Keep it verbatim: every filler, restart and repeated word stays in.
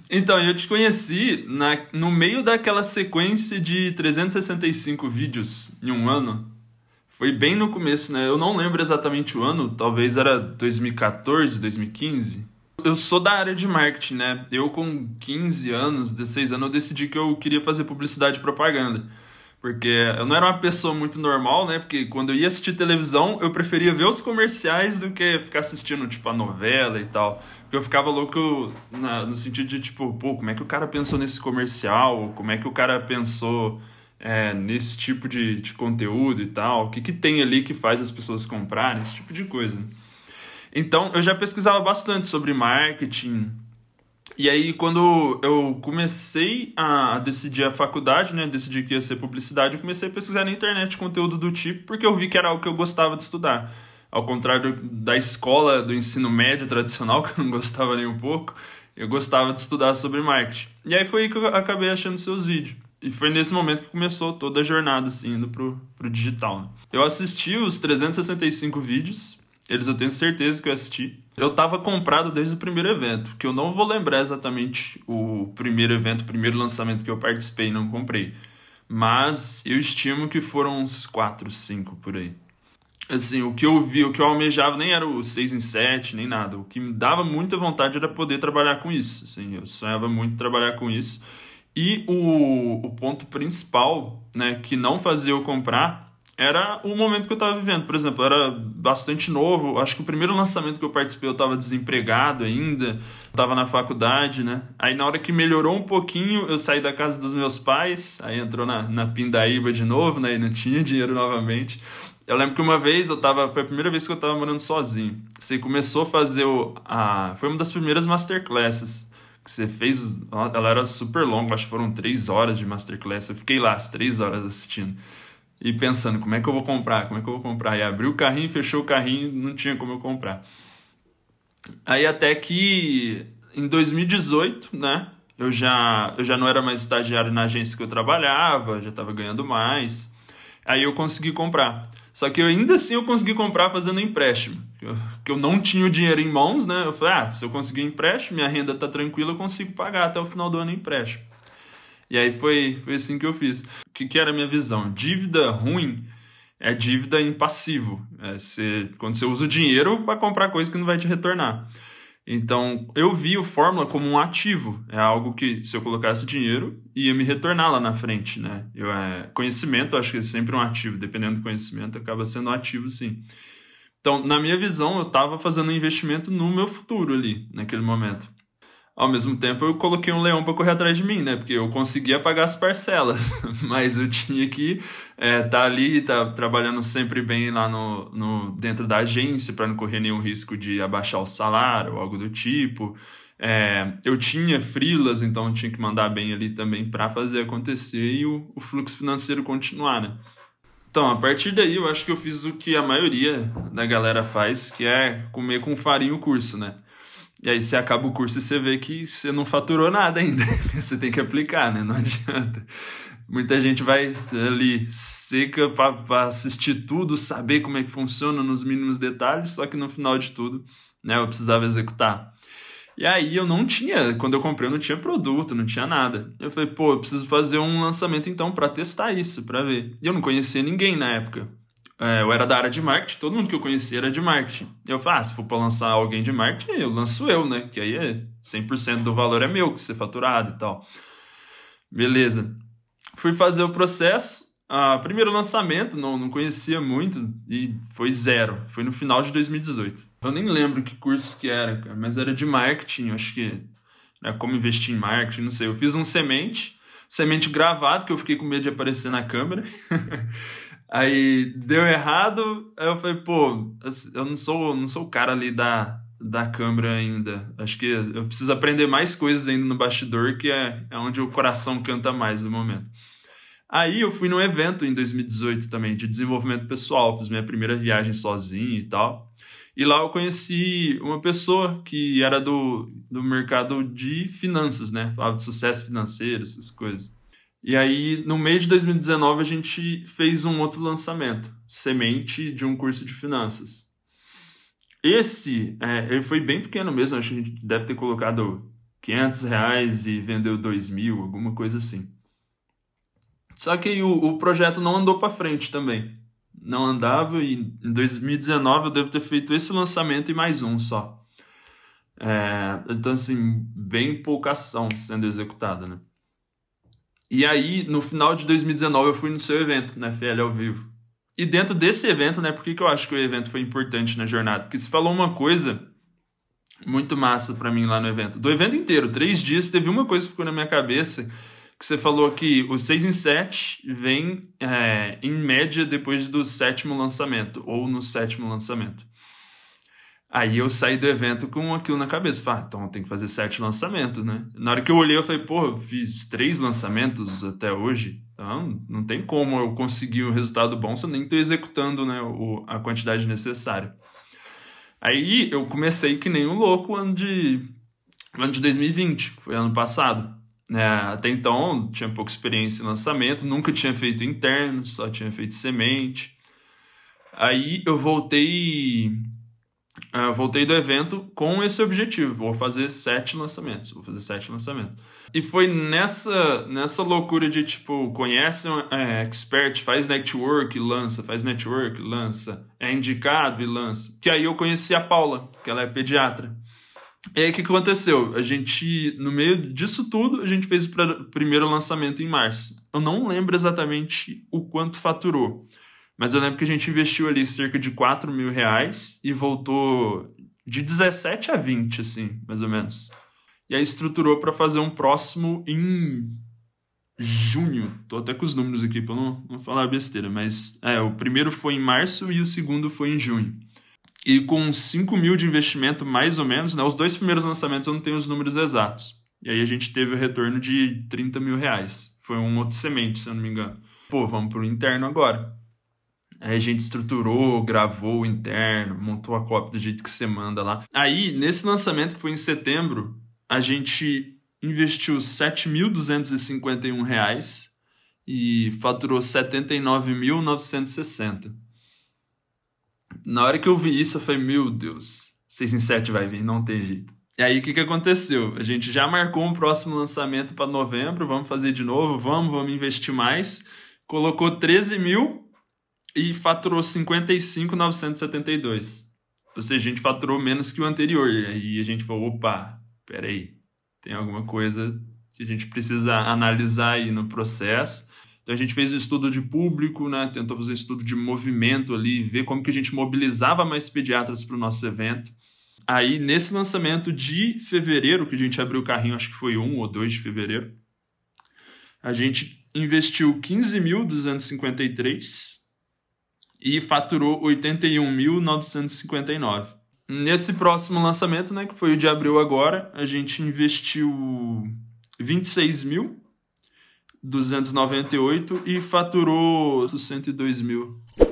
Então, eu te conheci na, no meio daquela sequência de trezentos e sessenta e cinco vídeos em um ano. Foi bem no começo, né? Eu não lembro exatamente o ano, talvez era dois mil e quatorze, dois mil e quinze. Eu sou da área de marketing, né? Eu com quinze anos, dezesseis anos, eu decidi que eu queria fazer publicidade e propaganda. Porque eu não era uma pessoa muito normal, né? Porque quando eu ia assistir televisão, eu preferia ver os comerciais do que ficar assistindo, tipo, a novela e tal. Porque eu ficava louco na- no sentido de, tipo, pô, como é que o cara pensou nesse comercial? Como é que o cara pensou, é, nesse tipo de, de conteúdo e tal? O que que tem ali que faz as pessoas comprarem? Esse tipo de coisa. Então, eu já pesquisava bastante sobre marketing. E aí, quando eu comecei a decidir a faculdade, né, decidi que ia ser publicidade, eu comecei a pesquisar na internet conteúdo do tipo, porque eu vi que era algo que eu gostava de estudar. Ao contrário da escola, do ensino médio tradicional, que eu não gostava nem um pouco, eu gostava de estudar sobre marketing. E aí foi aí que eu acabei achando seus vídeos. E foi nesse momento que começou toda a jornada, assim, indo pro, pro digital, né? Eu assisti os trezentos e sessenta e cinco vídeos, eles eu tenho certeza que eu assisti. Eu tava comprado desde o primeiro evento, que eu não vou lembrar exatamente o primeiro evento, o primeiro lançamento que eu participei e não comprei. Mas eu estimo que foram uns quatro, cinco por aí. Assim, o que eu vi, o que eu almejava nem era o seis em sete, nem nada. O que me dava muita vontade era poder trabalhar com isso. Assim, eu sonhava muito em trabalhar com isso. E o, o ponto principal, né, que não fazia eu comprar era o momento que eu estava vivendo. Por exemplo, eu era bastante novo. Acho que o primeiro lançamento que eu participei eu estava desempregado ainda, estava na faculdade, né? Aí na hora que melhorou um pouquinho, eu saí da casa dos meus pais, aí entrou na, na pindaíba de novo, né? E não tinha dinheiro novamente. Eu lembro que uma vez eu tava. Foi a primeira vez que eu tava morando sozinho. Você começou a fazer o. A, foi uma das primeiras masterclasses que você fez. Ela era super longa, acho que foram três horas de masterclass. Eu fiquei lá as três horas assistindo. E pensando, como é que eu vou comprar? Como é que eu vou comprar? E abri o carrinho, fechou o carrinho, não tinha como eu comprar. Aí até que em dois mil e dezoito, né? Eu já, eu já não era mais estagiário na agência que eu trabalhava, já estava ganhando mais. Aí eu consegui comprar. Só que eu, ainda assim eu consegui comprar fazendo empréstimo. Eu, que eu não tinha o dinheiro em mãos, né? Eu falei, ah, se eu conseguir empréstimo, minha renda tá tranquila, eu consigo pagar até o final do ano empréstimo. E aí foi, foi assim que eu fiz. O que, que era a minha visão? Dívida ruim é dívida em passivo. É você, quando você usa o dinheiro para comprar coisa que não vai te retornar. Então, eu vi o Fórmula como um ativo. É algo que, se eu colocasse dinheiro, ia me retornar lá na frente, né? Eu, é, conhecimento, acho que é sempre um ativo. Dependendo do conhecimento, acaba sendo um ativo, sim. Então, na minha visão, eu estava fazendo um investimento no meu futuro ali, naquele momento. Ao mesmo tempo, eu coloquei um leão para correr atrás de mim, né? Porque eu conseguia pagar as parcelas, mas eu tinha que estar é, tá ali, tá trabalhando sempre bem lá no, no, dentro da agência para não correr nenhum risco de abaixar o salário ou algo do tipo. É, eu tinha freelas, então eu tinha que mandar bem ali também para fazer acontecer e o, o fluxo financeiro continuar, né? Então, a partir daí, eu acho que eu fiz o que a maioria da galera faz, que é comer com farinha o curso, né? E aí você acaba o curso e você vê que você não faturou nada ainda. Você tem que aplicar, né? Não adianta. Muita gente vai ali seca para assistir tudo, saber como é que funciona nos mínimos detalhes, só que no final de tudo, né, eu precisava executar. E aí eu não tinha, quando eu comprei eu não tinha produto, não tinha nada. Eu falei, pô, eu preciso fazer um lançamento então para testar isso, para ver. E eu não conhecia ninguém na época. É, eu era da área de marketing, todo mundo que eu conhecia era de marketing. E eu falei, ah, se for para lançar alguém de marketing, eu lanço eu, né? Que aí é cem por cento do valor é meu, que ser faturado e tal. Beleza. Fui fazer o processo. Ah, primeiro lançamento, não, não conhecia muito e foi zero. Foi no final de dois mil e dezoito. Eu nem lembro que curso que era, cara, mas era de marketing, acho que era como investir em marketing, não sei. Eu fiz um semente, semente gravado, que eu fiquei com medo de aparecer na câmera. Aí deu errado, aí eu falei, pô, eu não sou, não sou o cara ali da, da câmera ainda. Acho que eu preciso aprender mais coisas ainda no bastidor, que é, é onde o coração canta mais no momento. Aí eu fui num evento em dois mil e dezoito também, de desenvolvimento pessoal, fiz minha primeira viagem sozinho e tal. E lá eu conheci uma pessoa que era do, do mercado de finanças, né? Falava de sucesso financeiro, essas coisas. E aí, no mês de dois mil e dezenove, a gente fez um outro lançamento, semente de um curso de finanças. Esse, é, ele foi bem pequeno mesmo, acho que a gente deve ter colocado quinhentos reais e vendeu dois mil, alguma coisa assim. Só que o, o projeto não andou para frente também. Não andava e em dois mil e dezenove eu devo ter feito esse lançamento e mais um só. É, então, assim, bem pouca ação sendo executada, né? E aí, no final de dois mil e dezenove, eu fui no seu evento, na F L ao vivo. E dentro desse evento, né, por que que eu acho que o evento foi importante na jornada? Porque você falou uma coisa muito massa pra mim lá no evento. Do evento inteiro, três dias, teve uma coisa que ficou na minha cabeça, que você falou que o seis em sete vem, é, em média, depois do sétimo lançamento, ou no sétimo lançamento. Aí eu saí do evento com aquilo na cabeça. Falei, ah, então tem que fazer sete lançamentos, né? Na hora que eu olhei, eu falei, pô, eu fiz três lançamentos até hoje. Então não tem como eu conseguir um resultado bom se eu nem estou executando, né, o, a quantidade necessária. Aí eu comecei que nem um louco ano de, ano de dois mil e vinte, que foi ano passado. É, até então tinha pouca experiência em lançamento, nunca tinha feito interno, só tinha feito semente. Aí eu voltei... Uh, voltei do evento com esse objetivo. Vou fazer sete lançamentos. Vou fazer sete lançamentos. E foi nessa, nessa loucura de, tipo, conhece um é, expert, faz network, lança, faz network, lança, é indicado e lança. Que aí eu conheci a Paula, que ela é pediatra. E aí o que aconteceu? A gente, no meio disso tudo, a gente fez o pr- primeiro lançamento em março. Eu não lembro exatamente o quanto faturou. Mas eu lembro que a gente investiu ali cerca de quatro mil reais e voltou de dezessete a vinte, assim, mais ou menos. E aí estruturou para fazer um próximo em junho. Tô até com os números aqui para não, não falar besteira, mas é, o primeiro foi em março e o segundo foi em junho. E com cinco mil de investimento, mais ou menos, né? Os dois primeiros lançamentos eu não tenho os números exatos. E aí a gente teve o retorno de trinta mil reais. Foi um outro semente, se eu não me engano. Pô, vamos pro interno agora. Aí a gente estruturou, gravou o interno, montou a cópia do jeito que você manda lá. Aí, nesse lançamento que foi em setembro, a gente investiu sete mil duzentos e cinquenta e um reais e faturou setenta e nove mil novecentos e sessenta. Na hora que eu vi isso, eu falei, meu Deus, seis em sete vai vir, não tem jeito. E aí, o que, que aconteceu? A gente já marcou um próximo lançamento para novembro, vamos fazer de novo, vamos, vamos investir mais. Colocou treze mil... e faturou cinquenta e cinco mil novecentos e setenta e dois. Ou seja, a gente faturou menos que o anterior. E aí a gente falou, opa, peraí, tem alguma coisa que a gente precisa analisar aí no processo. Então a gente fez o estudo de público, né? Tentou fazer um estudo de movimento ali, ver como que a gente mobilizava mais pediatras para o nosso evento. Aí, nesse lançamento de fevereiro, que a gente abriu o carrinho, acho que foi um ou dois de fevereiro, a gente investiu quinze mil duzentos e cinquenta e três e faturou oitenta e um mil novecentos e cinquenta e nove. Nesse próximo lançamento, né, que foi o de abril agora, a gente investiu vinte e seis mil duzentos e noventa e oito e faturou cento e dois mil.